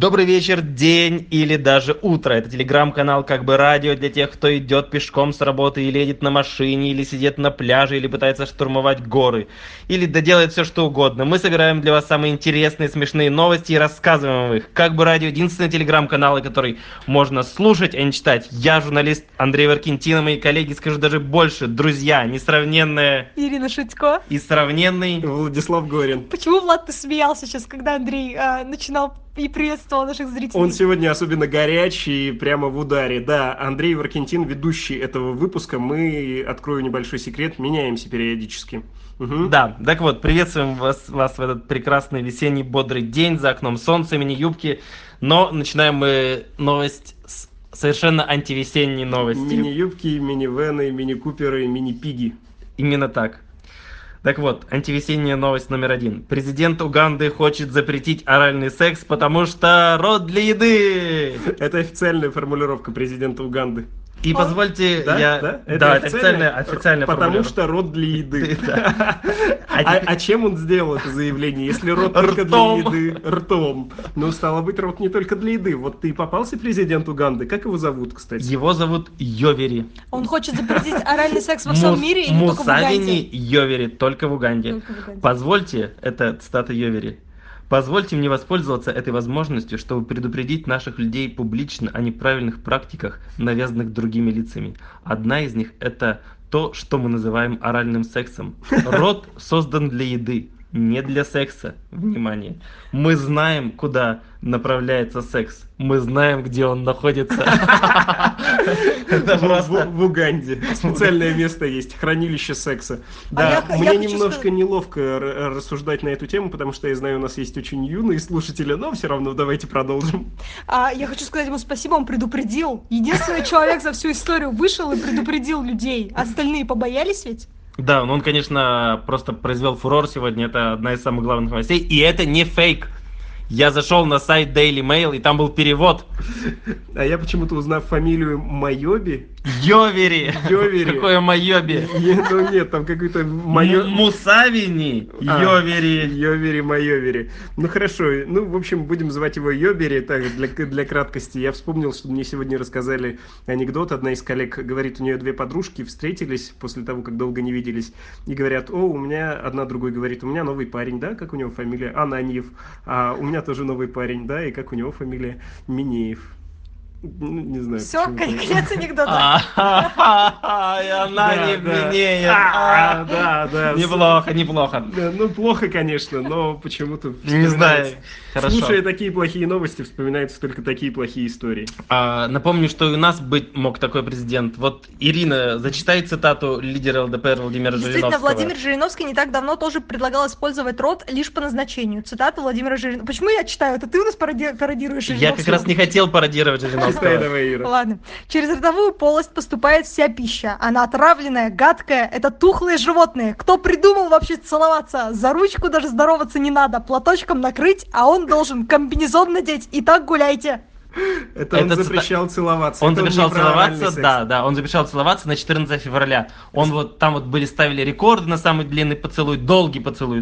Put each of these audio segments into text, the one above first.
Добрый вечер, день или даже утро. Это телеграм-канал «Как бы радио» для тех, кто идет пешком с работы или едет на машине, или сидит на пляже, или пытается штурмовать горы, или доделает все что угодно. Мы собираем для вас самые интересные, смешные новости и рассказываем их. «Как бы радио» — единственный телеграм-канал, который можно слушать, а не читать. Я журналист Андрей Варкентин, мои коллеги, скажу даже больше, друзья, несравненная Ирина Шутько и сравненный Владислав Горин. Почему, Влад, ты смеялся сейчас, когда Андрей начинал и приветствовал наших зрителей? Он сегодня особенно горячий, прямо в ударе. Да, Андрей Варкентин, ведущий этого выпуска. Мы, открою небольшой секрет, меняемся периодически. Угу. Да, так вот, приветствуем вас в этот прекрасный весенний бодрый день, за окном солнце, мини-юбки. Но начинаем мы новость с совершенно антивесенней новости. Мини-юбки, мини-вены, мини-куперы, мини-пиги. Именно так. Так вот, антивесенняя новость номер 1. Президент Уганды хочет запретить оральный секс, потому что рот для еды. Это официальная формулировка президента Уганды. И позвольте, Да? Это официальная Потому что рот для еды. А чем он сделал это заявление, если рот только для еды? Ртом. Ну, стало быть, рот не только для еды. Вот ты попался президент Уганды. Как его зовут, кстати? Его зовут Йовери. Он хочет запретить оральный секс во всем мире или только в Уганде? Мусавини Йовери, только в Уганде. Позвольте, это цитата Йовери. Позвольте мне воспользоваться этой возможностью, чтобы предупредить наших людей публично о неправильных практиках, навязанных другими лицами. Одна из них – это то, что мы называем оральным сексом. Рот создан для еды, не для секса. Внимание. Мы знаем, куда направляется секс. Мы знаем, где он находится. Это просто в Уганде. Специальное место есть, хранилище секса. Да, мне немножко неловко рассуждать на эту тему, потому что я знаю, у нас есть очень юные слушатели, но все равно давайте продолжим. Я хочу сказать ему спасибо, он предупредил. Единственный человек за всю историю вышел и предупредил людей. Остальные побоялись ведь? Да, он, конечно, просто произвел фурор сегодня. Это одна из самых главных новостей. И это не фейк. Я зашел на сайт Daily Mail, и там был перевод. А я почему-то, узнав фамилию Майоби... Йовери! Какое Майоби? Ну нет, там какой-то Майоби... Мусавини Йовери. Йовери Майовери. Ну хорошо, ну в общем будем звать его Йобери, так, для краткости. Я вспомнил, что мне сегодня рассказали анекдот. Одна из коллег говорит, у нее две подружки встретились после того, как долго не виделись, и говорят, у меня одна другой говорит, у меня новый парень, да, как у него фамилия? Ананьев. А у меня тоже новый парень, да, и как у него фамилия? Минеев. Ну, не знаю. Все, конец анекдота. Она не Минеев. Да. Неплохо. Ну, плохо, конечно, но почему-то... Не знаю. Хорошо. Слушая такие плохие новости, вспоминаются только такие плохие истории. Напомню, что и у нас быть мог такой президент. Вот, Ирина, зачитай цитату лидера ЛДПР Владимира Жириновского. Действительно, Владимир Жириновский не так давно тоже предлагал использовать рот лишь по назначению. Цитата Владимира Жириновского. Почему я читаю? Это ты у нас пародируешь Жириновского? Я как раз не хотел пародировать Жириновского. Давай, Ира. Ладно. Через ротовую полость поступает вся пища. Она отравленная, гадкая. Это тухлые животные. Кто придумал вообще целоваться? За ручку даже здороваться не надо. Платочком накрыть, а он должен комбинезон надеть. И так гуляйте. Это он запрещал целоваться. Он запрещал целоваться, да, он запрещал целоваться на 14 февраля. Он вот там вот ставили рекорды на самый длинный поцелуй, долгий поцелуй.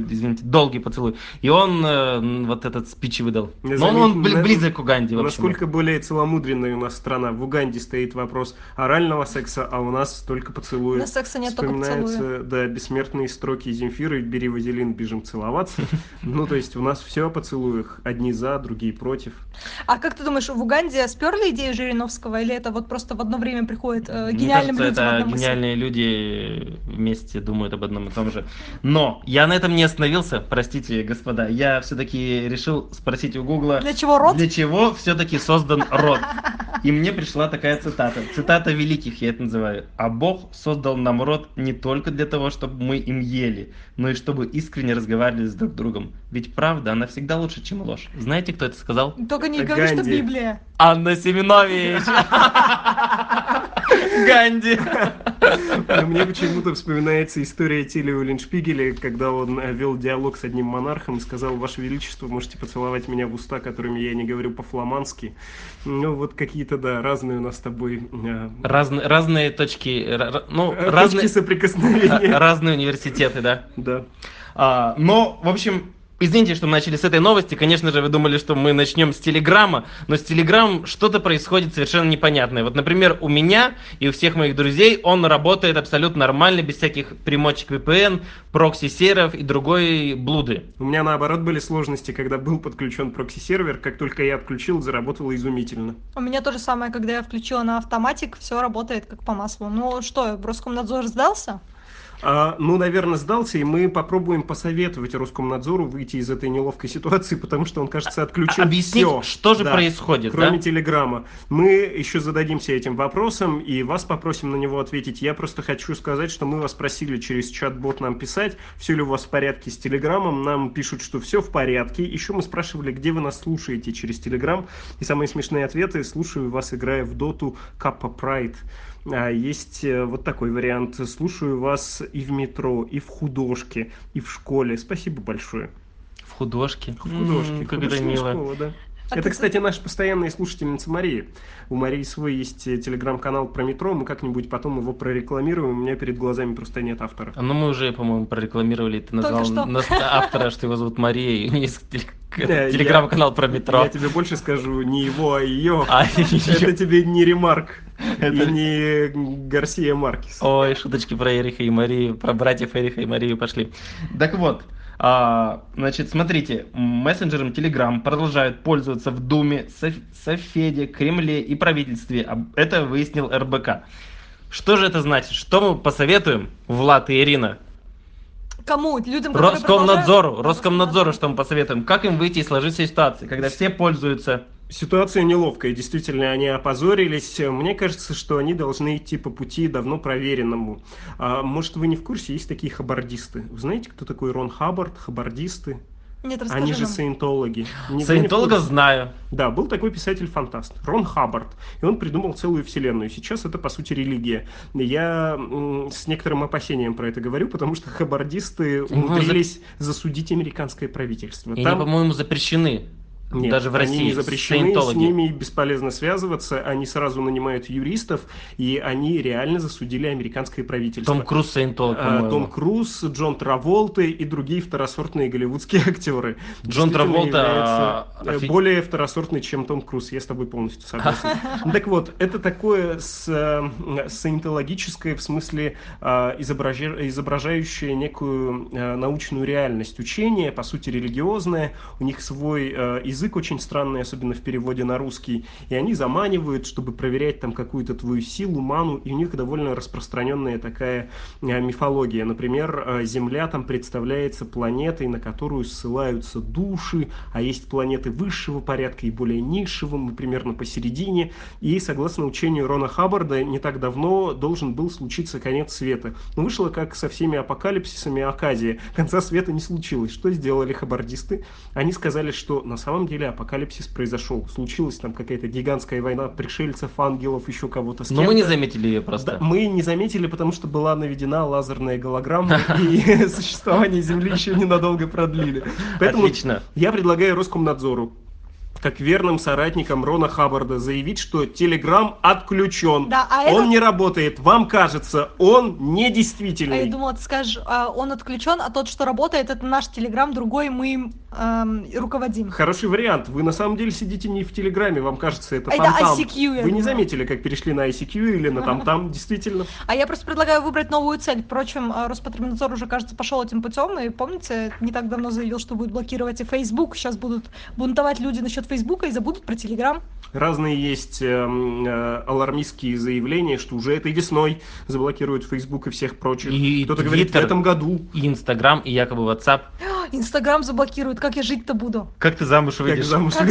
И он вот этот спич выдал. Но он близок к Уганде вообще. Насколько более целомудренная у нас страна. В Уганде стоит вопрос орального секса, а у нас только поцелуи. У нас секса нет, только поцелуи. Да, бессмертные строки Земфиры: бери вазелин, бежим целоваться. Ну, то есть у нас все о поцелуях. Одни за, другие против. А как ты думаешь, в Уганде сперли идею Жириновского, или это вот просто в одно время приходит гениальным людям? Это гениальные люди вместе думают об одном и том же. Но я на этом не остановился, простите, господа. Я все-таки решил спросить у Гугла, для чего рот? Для чего все-таки создан рот? И мне пришла такая цитата. Цитата великих, я это называю. А Бог создал нам рот не только для того, чтобы мы им ели, но и чтобы искренне разговаривали с друг другом. Ведь правда, она всегда лучше, чем ложь. Знаете, кто это сказал? Только не говори, что Библия. Анна Семенович! Ганди! Мне почему-то вспоминается история Тилли Уллиншпигеля, когда он вел диалог с одним монархом и сказал: «Ваше Величество, можете поцеловать меня в уста, которыми я не говорю по-фламандски». Ну, вот какие-то, да, разные у нас с тобой... Разные точки... Точки соприкосновения. Разные университеты, да? Да. Но, в общем... Извините, что мы начали с этой новости. Конечно же, вы думали, что мы начнем с Телеграма, но с Телеграм что-то происходит совершенно непонятное. Вот, например, у меня и у всех моих друзей он работает абсолютно нормально, без всяких примочек VPN, прокси-серверов и другой блуды. У меня, наоборот, были сложности, когда был подключен прокси-сервер. Как только я отключил, заработало изумительно. У меня то же самое, когда я включила на автоматик, все работает как по маслу. Ну что, Роскомнадзор сдался? Наверное, сдался, и мы попробуем посоветовать Роскомнадзору выйти из этой неловкой ситуации, потому что он, кажется, отключил Объяснить, все. что же происходит, кроме Телеграма. Мы еще зададимся этим вопросом, и вас попросим на него ответить. Я просто хочу сказать, что мы вас просили через чат-бот нам писать, все ли у вас в порядке с Телеграмом. Нам пишут, что все в порядке. Еще мы спрашивали, где вы нас слушаете через Телеграм. И самые смешные ответы: слушаю вас, играя в доту Каппа Прайд. Есть вот такой вариант: слушаю вас и в метро, и в художке, и в школе. Спасибо большое. В художке? В художке. Как это мило. Школа, да. Это, кстати, наша постоянная слушательница Мария. У Марии свой есть телеграм-канал про метро, мы как-нибудь потом его прорекламируем, у меня перед глазами просто нет автора. Ну, мы уже, по-моему, прорекламировали, ты назвал автора, что его зовут Мария, и у нее есть телеграм-канал про метро. Я тебе больше скажу, не его, а ее. Это тебе не Ремарк, и не Гарсия Маркес. Ой, шуточки про Эриха и Марию, про братьев Эриха и Марию пошли. Так вот. Значит, смотрите, мессенджером Telegram продолжают пользоваться в Думе, Софеде, Кремле и правительстве. Это выяснил РБК. Что же это значит? Что мы посоветуем, Влад и Ирина? Кому? Людям, Роскомнадзору, что мы посоветуем? Как им выйти из сложившейся ситуации, когда все пользуются... Ситуация неловкая, действительно, они опозорились. Мне кажется, что они должны идти по пути давно проверенному. Может, вы не в курсе, есть такие хаббардисты. Вы знаете, кто такой Рон Хаббард, хаббардисты? Нет, расскажи Они же нам. Саентологи. Саентологов знаю. Да, был такой писатель-фантаст, Рон Хаббард, и он придумал целую вселенную. Сейчас это, по сути, религия. Я с некоторым опасением про это говорю, потому что хаббардисты умудрились засудить американское правительство. И они, по-моему, запрещены. Нет, даже в России. Они не запрещены, с ними бесполезно связываться, они сразу нанимают юристов, и они реально засудили американское правительство. Том Круз саентолог, по-моему. Том Круз, Джон Траволта и другие второсортные голливудские актеры. Джон Траволта более второсортный, чем Том Круз, я с тобой полностью согласен. Так вот, это такое саентологическое, в смысле изображающее некую научную реальность учение, по сути религиозное, у них свой язык очень странный, особенно в переводе на русский, и они заманивают, чтобы проверять там какую-то твою силу, ману, и у них довольно распространенная такая мифология. Например, Земля там представляется планетой, на которую ссылаются души, а есть планеты высшего порядка и более низшего, мы примерно посередине, и согласно учению Рона Хаббарда, не так давно должен был случиться конец света. Но вышло как со всеми апокалипсисами Акадия. Конца света не случилось. Что сделали хаббардисты? Они сказали, что на самом деле апокалипсис произошел. Случилась там какая-то гигантская война пришельцев, ангелов, еще кого-то с кем-то. Но мы не заметили ее просто. Да, мы не заметили, потому что была наведена лазерная голограмма, и существование Земли еще ненадолго продлили. Поэтому я предлагаю Роскомнадзору, как верным соратникам Рона Хаббарда, заявить, что Телеграм отключен. Да, он не работает. Вам кажется, он недействительный. А я думала, ты скажешь, он отключен, а тот, что работает, это наш Телеграм, другой мы им руководим. Хороший вариант. Вы на самом деле сидите не в Телеграме, вам кажется, это там-там. ICQ, Вы не заметили, как перешли на ICQ или на там-там, действительно. А я просто предлагаю выбрать новую цель. Впрочем, Роспотребнадзор уже, кажется, пошел этим путем, и помните, не так давно заявил, что будет блокировать и Facebook. Сейчас будут бунтовать люди насчет Фейсбука и забудут про Телеграм. Разные есть алармистские заявления, что уже этой весной заблокируют Facebook и всех прочих. И кто-то говорит, в этом году. И Инстаграм, и якобы WhatsApp. Инстаграм заблокируют, как я жить-то буду? Как ты замуж выйдешь?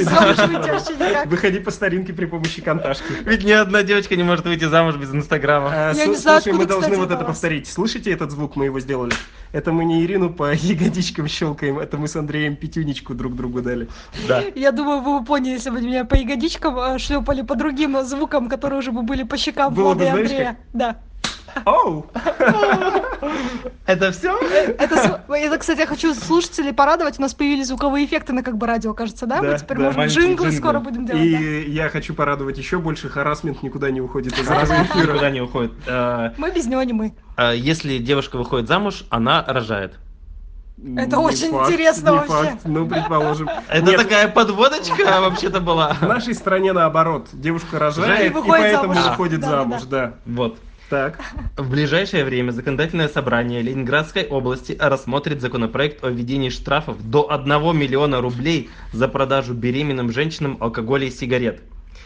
Выходи по старинке при помощи контажки. Ведь ни одна девочка не может выйти замуж без Инстаграма. Слушай, мы должны вот это повторить. Слышите этот звук? Мы его сделали. Это мы не Ирину по ягодичкам щелкаем, это мы с Андреем пятюнечку друг другу дали. Да. Я думаю, вы бы поняли, если бы меня по ягодичкам шлепали по другим звукам, которые уже бы были по щекам Влада и Андрея. Да. Оу! Это все? Это, кстати, я хочу слушателей порадовать. У нас появились звуковые эффекты на как бы радио, кажется, да? Мы теперь, может, джинглы скоро будем делать. И я хочу порадовать еще больше. Харассмент никуда не уходит из эфира. Никуда не уходит. Мы без него не мы. Если девушка выходит замуж, она рожает. Это очень интересно вообще. Факт, ну, предположим. Это такая подводочка вообще-то была. В нашей стране наоборот. Девушка рожает и поэтому выходит замуж, да. Вот. Так. В ближайшее время законодательное собрание Ленинградской области рассмотрит законопроект о введении штрафов до 1 миллиона рублей за продажу беременным женщинам алкоголя и сигарет.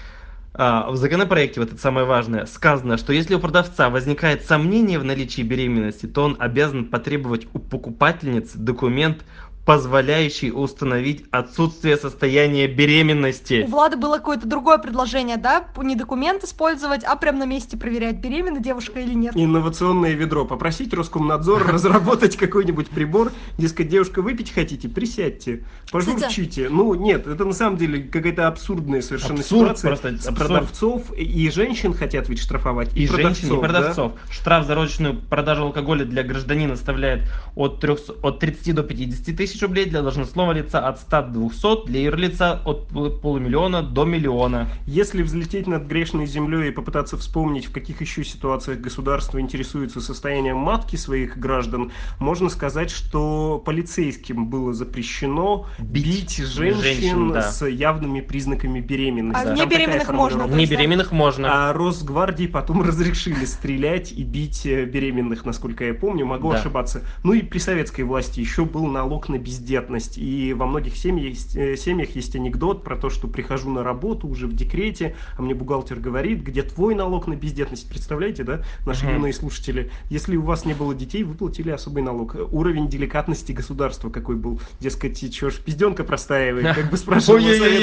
В законопроекте, вот это самое важное, сказано, что если у продавца возникает сомнение в наличии беременности, то он обязан потребовать у покупательницы документ, позволяющий установить отсутствие состояния беременности. У Влада было какое-то другое предложение, да? Не документ использовать, а прям на месте проверять, беременна девушка или нет. Инновационное ведро. Попросить Роскомнадзор разработать какой-нибудь прибор. Дескать, девушка, выпить хотите? Присядьте, пожурчите. Ну, нет, это на самом деле какая-то абсурдная совершенно ситуация. Продавцов и женщин хотят ведь штрафовать. И женщин, и продавцов. Да? Штраф за розничную продажу алкоголя для гражданина составляет от 30 до 50 тысяч рублей, для должностного лица от 100 до 200, для юрлица от полумиллиона до миллиона. Если взлететь над грешной землей и попытаться вспомнить, в каких еще ситуациях государство интересуется состоянием матки своих граждан, можно сказать, что полицейским было запрещено бить женщин да. с явными признаками беременности. А вне беременных можно? Вне беременных можно. А Росгвардии потом разрешили стрелять и бить беременных, насколько я помню, могу ошибаться. Ну и при советской власти еще был налог на бездетность. И во многих семьях есть анекдот про то, что прихожу на работу уже в декрете, а мне бухгалтер говорит, где твой налог на бездетность. Представляете, да, наши юные слушатели? Если у вас не было детей, вы платили особый налог. Уровень деликатности государства какой был. Дескать, чё ж, пизденка простаивает, как бы спрашивала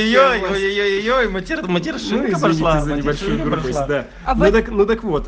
ой-ой-ой, матершинка пошла. За небольшую грубость, да. Ну так вот,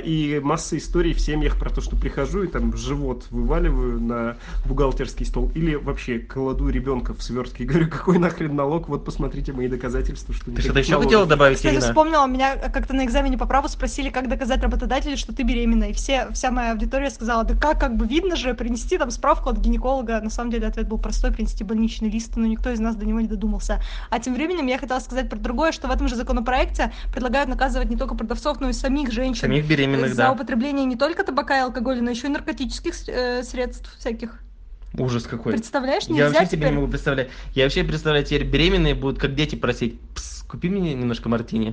и масса историй в семьях про то, что прихожу и там живот вываливаю на бухгалтерский стол, или вообще кладу ребенка в свертке и говорю, какой нахрен налог, вот посмотрите мои доказательства, что... Ты что-то еще хотела добавить, Ирина? Кстати, вспомнила, меня как-то на экзамене по праву спросили, как доказать работодателю, что ты беременна, и вся моя аудитория сказала, да как бы видно же, принести там справку от гинеколога. На самом деле ответ был простой, принести больничный лист, но никто из нас до него не додумался. А тем временем я хотела сказать про другое, что в этом же законопроекте предлагают наказывать не только продавцов, но и самих женщин. Самих беременных, за употребление не только табака и алкоголя, но еще и наркотических средств всяких. Ужас какой. Представляешь, нельзя Я вообще теперь... себе не могу представлять. Я вообще представляю, теперь беременные будут как дети просить, купи мне немножко мартини.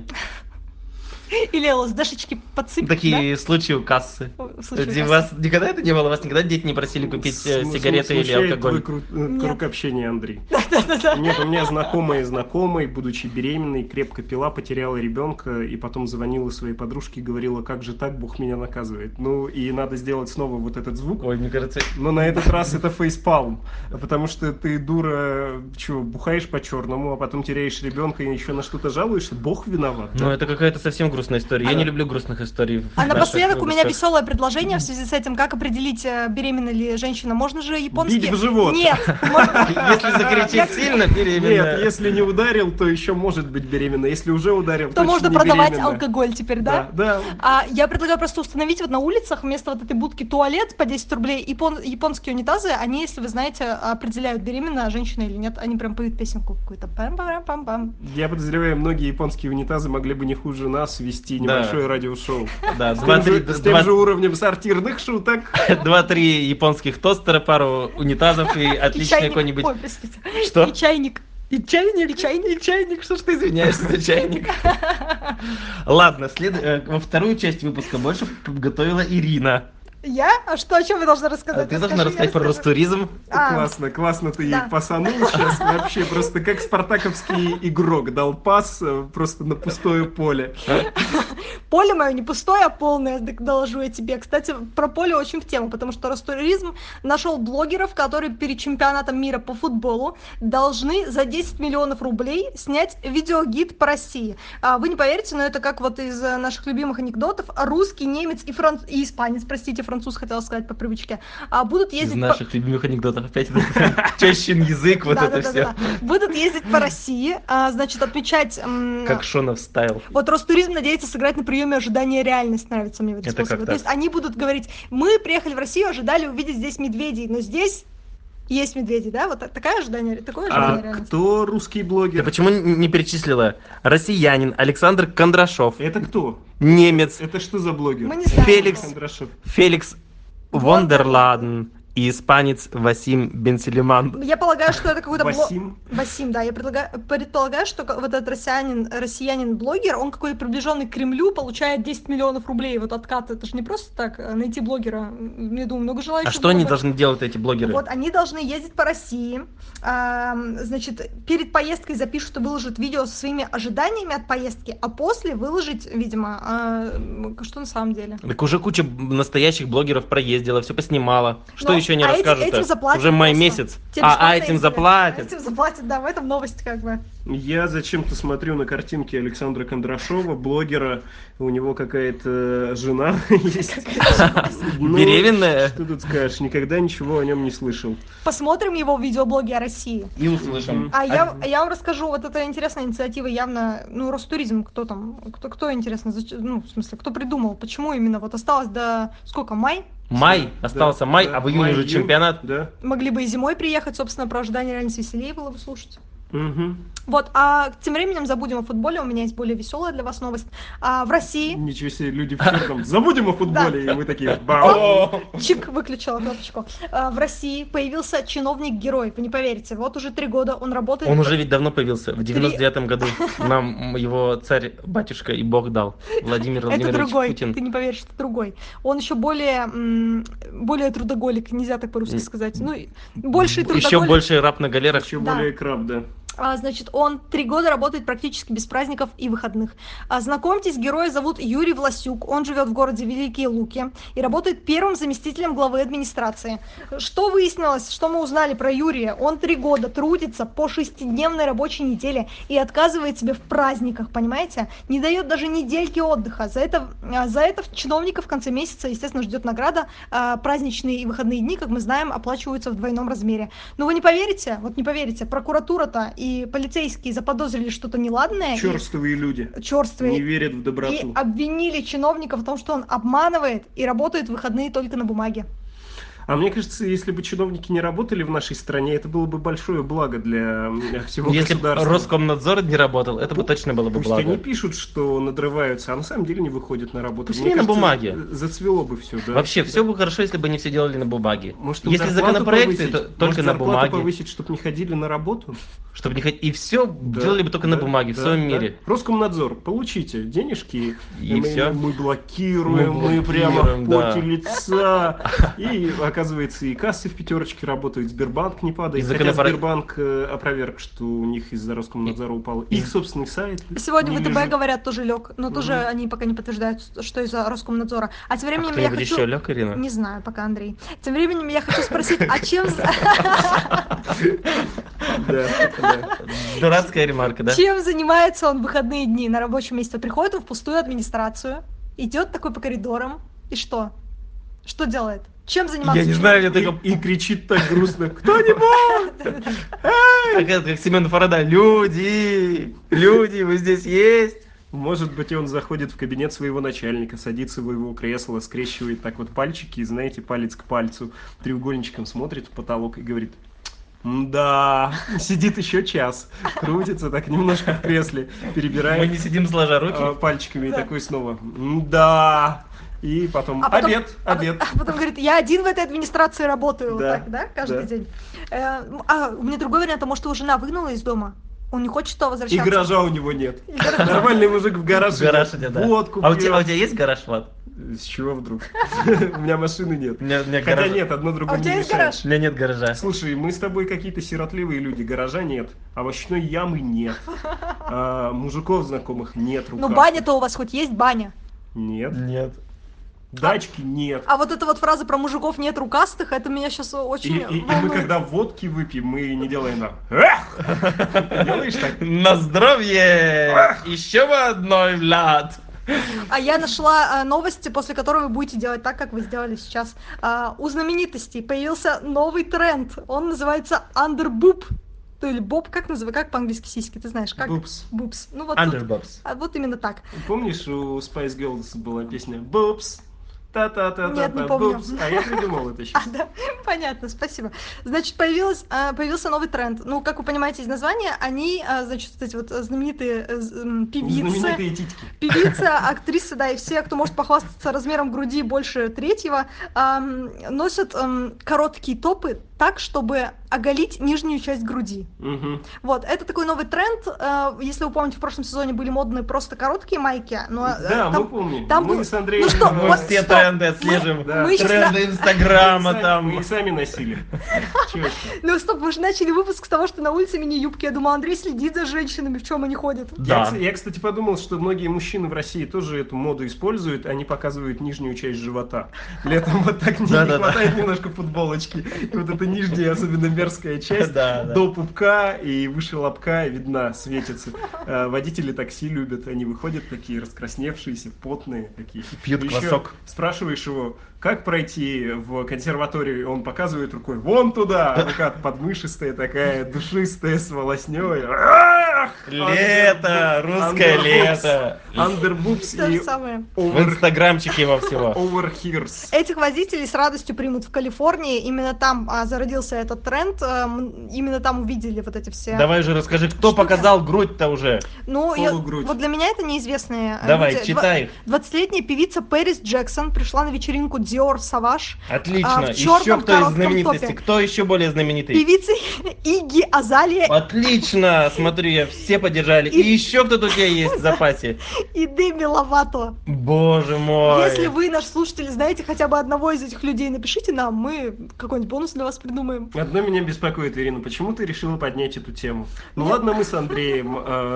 Или ЛСДшечки подсыпать, такие да? случаи у кассы. У вас никогда это не было? У вас никогда дети не просили купить сигареты или алкоголь? Круг общения, Андрей. Нет, у меня знакомая, будучи беременной, крепко пила, потеряла ребенка и потом звонила своей подружке и говорила, как же так, Бог меня наказывает. Ну и надо сделать снова вот этот звук. Ой, мне кажется... Но на этот раз это фейспалм, потому что ты, дура, бухаешь по-черному, а потом теряешь ребенка и еще на что-то жалуешься, Бог виноват. Ну это какая-то совсем грустная история. Я не люблю грустных историй. А напоследок у меня веселое предложение в связи с этим, как определить, беременна ли женщина. Можно же японский... Бить в живот. Нет. Если закричать сильно, беременна. Нет, если не ударил, то еще может быть беременна. Если уже ударил, то можно продавать алкоголь теперь, да? Да. А я предлагаю просто установить вот на улицах вместо вот этой будки туалет по 10 рублей. Японские унитазы, они, если вы знаете, определяют, беременна женщина или нет. Они прям поют песенку какую-то. Пам-пам-пам-пам. Я подозреваю, многие японские унитазы могли бы не хуже нас вести небольшое радиошоу. Да, с тем же уровнем сортирных шуток. 2-3 японских тостера, пару унитазов и отличный какой-нибудь... Ой, простите. Что? И чайник. И чайник, что ж ты извиняешься за чайник? Ладно, во вторую часть выпуска больше подготовила Ирина. Я? А что, о чем вы должны рассказать? Ты должна рассказать про Ростуризм. Классно ты ей пасанул сейчас. Вообще просто как спартаковский игрок дал пас просто на пустое поле. Поле мое не пустое, а полное, доложу я тебе. Кстати, про поле очень в тему, потому что Ростуризм нашел блогеров, которые перед чемпионатом мира по футболу должны за 10 миллионов рублей снять видеогид по России. Вы не поверите, но это как вот из наших любимых анекдотов. Русский, немец и испанец, простите, француз хотела сказать по привычке, будут ездить... Из наших любимых анекдотов опять тещин язык, вот это все. Будут ездить по России, значит, отмечать... Как Шонов стайл. Вот Ростуризм надеется сыграть на приеме ожидания реальность, нравится мне в этом способе. То есть они будут говорить, мы приехали в Россию, ожидали увидеть здесь медведей, но здесь... Есть медведи, да? Вот такое ожидание реальности. Кто русский блогер? Ты почему не перечислила? Россиянин Александр Кондрашов. Это кто? Немец. Это что за блогер? Мы не знаем. Феликс Вондерладен. и испанец Васим Бенсилиман. Я полагаю, что это какой-то Васим? Васим, да. Я предполагаю, что вот этот россиянин-блогер, он какой-то приближенный к Кремлю, получает 10 миллионов рублей. Вот откат, это же не просто так найти блогера. Я думаю, много желающих. А что они должны делать, эти блогеры? Вот, они должны ездить по России, значит, перед поездкой запишут и выложат видео со своими ожиданиями от поездки, а после выложить, видимо, что на самом деле. Так уже куча настоящих блогеров проездила, все поснимала. Что еще не расскажут? Этим заплатят Уже май просто. месяц. Тебе Этим заплатят. Этим заплатят, да, в этом новость как бы. Я зачем-то смотрю на картинки Александра Кондрашова, блогера, у него какая-то жена есть. Ну, Беременная? Что тут скажешь, никогда ничего о нем не слышал. Посмотрим его в видеоблоге о России. И услышим. Я вам расскажу, вот эта интересная инициатива явно, Ростуризм, кто интересно, в смысле, кто придумал, почему именно вот осталось до, сколько, май? Май, остался май, да, а в июне уже июнь, чемпионат. Да. Могли бы и зимой приехать, собственно, про ожидание реальность веселее было бы слушать. Угу. Вот, а тем временем забудем о футболе, у меня есть более веселая для вас новость. В России... Ничего себе, люди в черном. Забудем о футболе, и мы такие, бау! Чик, выключила кнопочку. В России появился чиновник-герой, вы не поверите. Вот уже 3 года он работает... Он уже ведь давно появился, в 99-м году. Нам его царь, батюшка и бог дал. Владимир Это Владимирович другой, Путин. ты не поверишь, это другой. Он еще более трудоголик, нельзя так по-русски сказать. Больший трудоголик. Еще больше раб на галерах. Еще Да. более краб, да. Значит, он 3 года работает практически без праздников и выходных. Знакомьтесь, героя зовут Юрий Власюк. Он живет в городе Великие Луки и работает первым заместителем главы администрации. Что выяснилось, что мы узнали про Юрия? Он 3 года трудится по 6-дневной рабочей неделе и отказывает себе в праздниках, понимаете? Не дает даже недельки отдыха. За это чиновника в конце месяца, естественно, ждет награда. Праздничные и выходные дни, как мы знаем, оплачиваются в двойном размере. Но вы не поверите, прокуратура-то и полицейские заподозрили что-то неладное. Черствые люди. Черствые. Не верят в доброту. И обвинили чиновника в том, что он обманывает и работает в выходные только на бумаге. А мне кажется, если бы чиновники не работали в нашей стране, это было бы большое благо для всего Если государства. бы Роскомнадзор не работал, это бы точно было бы Пусть благо. они пишут, что надрываются, а на самом деле не выходят на работу. Пусть Мне не на кажется, бумаге. Зацвело бы все, да. Вообще, все бы хорошо, если бы они все делали на бумаге. Может, им Если зарплату законопроекты, повысить? то только Может, на зарплату бумаге. повысить, чтобы не ходили на работу? Чтобы не хоть... И все делали бы только на бумаге, в своем мире. Роскомнадзор, получите денежки, И всё. мы блокируем, мы прямо в да. поте лица. И оказывается, и кассы в пятерочке работают, Сбербанк не падает. И Хотя Сбербанк опроверг, что у них из-за Роскомнадзора упал их собственный сайт. Сегодня не ВТБ лежит. говорят, тоже лег, но тоже они пока не подтверждают, что из-за Роскомнадзора. А тем временем я кто-нибудь хочу... еще лег, Ирина? Не знаю пока, Андрей. Тем временем я хочу спросить, а чем... Да. Дурацкая ремарка, да? Чем занимается он в выходные дни на рабочем месте? Приходит он в пустую администрацию, идет такой по коридорам, и что? Что делает? Чем заниматься? Я не знаю, я только... И кричит так грустно: кто-нибудь! Как Семен Фарада. Люди, вы здесь есть? Может быть, он заходит в кабинет своего начальника, садится в его кресло, скрещивает так вот пальчики, и, знаете, палец к пальцу, треугольничком смотрит в потолок и говорит: да, сидит еще час, крутится так немножко в кресле, перебирает Мы не сидим сложа руки. пальчиками и такой снова: да. И потом обед. А потом говорит, я один в этой администрации работаю, Да, так, да, каждый да. день. У меня другой вариант, а может, его жена выгнала из дома? Он не хочет туда И возвращаться. гаража у него нет. Нормальный мужик в гараже. В гараж идет, да. Водку А у пьет. тебя есть гараж, Влад? С чего вдруг? У меня машины нет. У меня Хотя гараж- нет, одно А другому у тебя не есть мешает. гараж? У меня нет гаража. Слушай, мы с тобой какие-то сиротливые люди, гаража нет, овощной ямы нет, мужиков знакомых нет, Ну, рукастых. баня-то у вас хоть есть баня? Нет, Нет. дачки нет. А вот эта вот фраза про мужиков нет рукастых, это меня сейчас очень И мы волнует. когда водки выпьем, мы не делаем на «эх!» Делаешь так? На здоровье! Еще бы одной, Влад! А я нашла новости, после которой вы будете делать так, как вы сделали сейчас. У знаменитостей появился новый тренд. Он называется underboob. Или боб, как называется, как по-английски сиськи, ты знаешь, как? Boobs. Boobs. Ну вот, тут- Underbobs. вот именно так. Помнишь, у Spice Girls была песня «Boobs»? Та-та-та-та-та. Нет, не помню. Бупс. А я придумал это сейчас. Да, понятно, спасибо. Значит, появился новый тренд. Ну, как вы понимаете из названия, они, значит, вот эти вот знаменитые Знаменитые титьки. певица, актриса, да, и все, кто может похвастаться размером груди больше третьего, носят короткие топы так, чтобы оголить нижнюю часть груди. Мгм. Вот, это такой новый тренд. Если вы помните, в прошлом сезоне были модные просто короткие майки, но Да, мы там, помним. там Мы был- с Андреем... Ну что, Мы вот все стоп. тренды отслеживаем. Да. Мы сейчас Тренды Инстаграма Мы там. и сами носили. Чё это? Ну стоп, мы же начали выпуск с того, что на улице мини-юбки. Я думала, Андрей следит за женщинами, в чем они ходят. Да. Я, кстати, подумал, что многие мужчины в России тоже эту моду используют, они показывают нижнюю часть живота. Летом вот так не Да-да-да. хватает немножко футболочки. И вот эта нижняя, особенно мерзкая часть, Да, да. до пупка и выше лобка видна, светится. Водители такси любят, они выходят такие раскрасневшиеся, потные такие. Пьют Ещё квасок. Спрашиваешь его, как пройти в консерваторию, он показывает рукой, вон туда, а рука подмышистая такая, душистая, с волосней. Ах! Лето, русское лето. Андербупс То и же самое. В инстаграмчике во всего. overhears. Этих водителей с радостью примут в Калифорнии. Именно там зародился этот тренд. Именно там увидели вот эти все. Давай же расскажи, кто Штуки. показал грудь-то уже? Ну, Полугрудь. вот для меня это неизвестные Давай, люди. читай их. 20-летняя певица Пэрис Джексон пришла на вечеринку Dior Savage. Отлично. в Еще чёрном кто из коротком знаменитостей? топе. Кто еще более знаменитый? Певица Игги Азалия Отлично. Смотрю, я все поддержали. И еще кто-то у тебя есть в запасе. и Деми Ловато. Боже мой. Если вы, наш слушатель, знаете хотя бы одного из этих людей, напишите нам, мы какой-нибудь бонус для вас придумаем. Одно меня беспокоит, Ирина, почему ты решила поднять эту тему? Ну ладно, мы с Андреем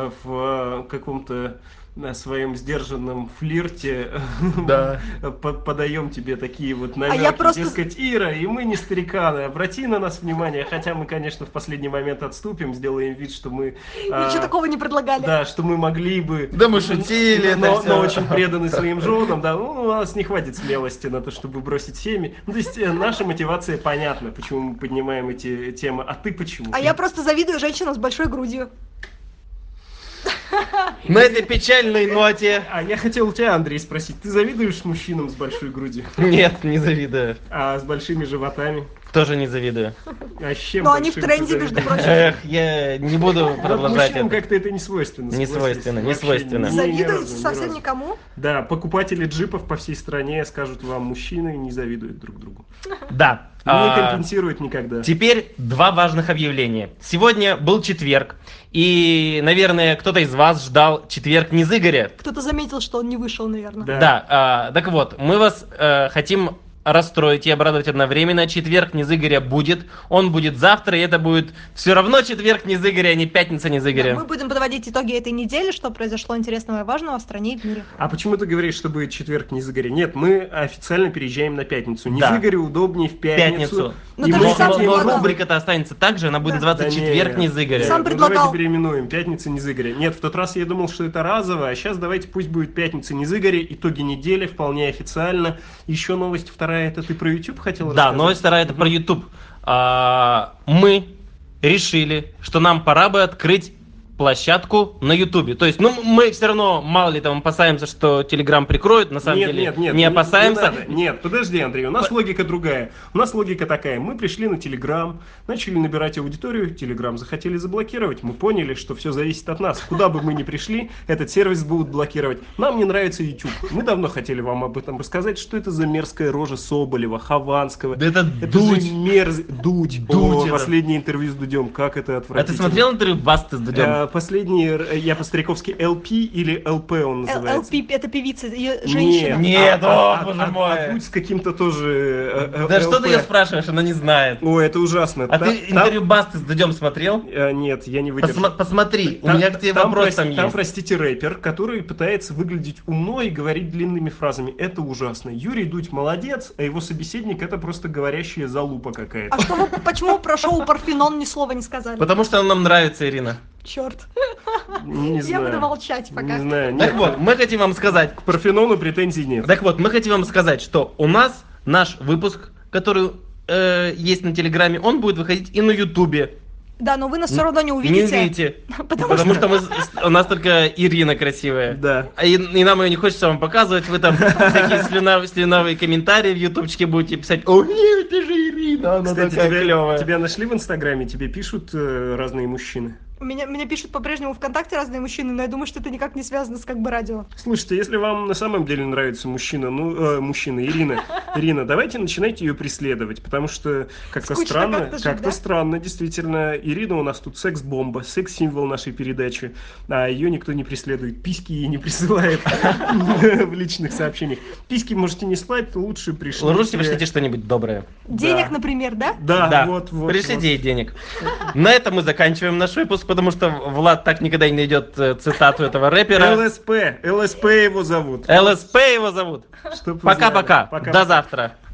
в каком-то своем сдержанном флирте Да. подаем тебе такие вот намеки, я просто- дескать, Ира, и мы не стариканы, обрати на нас внимание, хотя мы, конечно, в последний момент отступим, сделаем вид, что мы... Ничего такого не предлагали. Да, что мы могли бы... Да мы шутили, но, это всё. но очень преданы своим женам, да, ну, у нас не хватит смелости на то, чтобы бросить семьи. Ну, то есть наша мотивация понятна, почему мы поднимаем эти темы, а ты почему? А я просто завидую женщинам с большой грудью. На этой печальной ноте. А я хотел у тебя, Андрей, спросить, ты завидуешь мужчинам с большой грудью, Нет, не завидую. а с большими животами? Тоже не завидую. А с чем Но они в большим ты тренде, между завидуешь? прочим. Эх, я не буду Вот продолжать мужчинам это. как-то это не свойственно. Не согласись. свойственно, не Вообще свойственно. ни Завидуете разу, ни совсем разу. никому? Да, покупатели джипов по всей стране скажут вам, мужчины не завидуют друг другу. Да. Не компенсируют никогда. Теперь два важных объявления. Сегодня был четверг, и, наверное, кто-то из вас ждал четверг не с Игоря. Кто-то заметил, что он не вышел, наверное. Да. Да, так вот, мы вас хотим расстроить и обрадовать одновременно. Четверг не с Игоря будет, он будет завтра, и это будет все равно четверг не с Игоря, а не пятница не с Да, Игоря. мы будем подводить итоги этой недели, что произошло интересного и важного в стране и в мире. А почему ты говоришь, что будет четверг не с Игоря? Нет, мы официально переезжаем на пятницу. Не Да. с Игоря удобнее в пятницу. Пятницу. Ну, И ты мы же сам хотим- Но предлагал. рубрика-то останется так же, она будет Да. называться Да четверг не нет. с Игоря. Сам Ну, предлагал. давайте переименуем. Пятница не с Игоря. Нет, в тот раз я думал, что это разово, а сейчас давайте пусть будет пятница не с Игоря. Итоги недели вполне официально. Еще новость вторая, это ты про YouTube хотел Да, рассказать? новость вторая это про YouTube. Мы решили, что нам пора бы открыть площадку на Ютубе. То есть, ну, мы все равно, мало ли, там, опасаемся, что Телеграм прикроют, на самом деле, не опасаемся. надо. Нет, подожди, Андрей, у нас логика другая. У нас логика такая. Мы пришли на Телеграм, начали набирать аудиторию, Телеграм захотели заблокировать. Мы поняли, что все зависит от нас. Куда бы мы ни пришли, этот сервис будут блокировать. Нам не нравится YouTube. Мы давно хотели вам об этом рассказать, что это за мерзкая рожа Соболева, Хованского. Да это Это Дудь. же Дудь. Дудь О, это. последнее интервью с Дудем, как это А отвратительно. ты смотрел интервью Басты с Дудем? Последний, я по-стариковски LP или LP он называется. LP, это певица, ее женщина. Нет, о, боже мой. А Дудь с каким-то тоже Да что ты ее LP. спрашиваешь, она не знает. Ой, это ужасно. А ты интервью Басты с Дудем смотрел? Нет, я не выдержал. Посмотри, у меня к тебе вопрос там Там, есть. простите, рэпер, который пытается выглядеть умно и говорить длинными фразами. Это ужасно. Юрий Дудь молодец, а его собеседник это просто говорящая залупа какая-то. А что вы, почему про шоу Парфенон ни слова не сказали? Потому что она нам нравится, Ирина. Черт. Не Я знаю. буду молчать пока. Не знаю. Так Нет, вот, мы хотим вам сказать, к Парфенону претензий нет. Так вот, мы хотим вам сказать, что у нас наш выпуск, который есть на Телеграме, он будет выходить и на Ютубе. Да, но вы нас все равно не Не увидите. увидите. Потому Потому что у нас только Ирина красивая. Да. И нам ее не хочется вам показывать. Вы там всякие слюнавые комментарии в ютубчике будете писать. Ой, это же Ирина, она Кстати, такая клевая. тебя нашли в Инстаграме? Тебе пишут разные мужчины? Меня пишут по-прежнему ВКонтакте разные мужчины, но я думаю, что это никак не связано с как бы радио. Слушайте, если вам на самом деле нравится мужчина, Ирина, давайте начинайте ее преследовать, потому что как-то Скучно странно, как-то жить, да? странно, действительно. Ирина у нас тут секс-бомба, секс-символ нашей передачи, а ее никто не преследует, письки ей не присылает в личных сообщениях. Письки можете не слать, лучше пришлите. Лучше пришлите что-нибудь доброе. Денег, например, да? Да, вот. Пришлите ей денег. На этом мы заканчиваем наш выпуск, потому что Влад так никогда и не найдет цитату этого рэпера. ЛСП его зовут. ЛСП его зовут. Чтоб вы Пока-пока. знали. До завтра.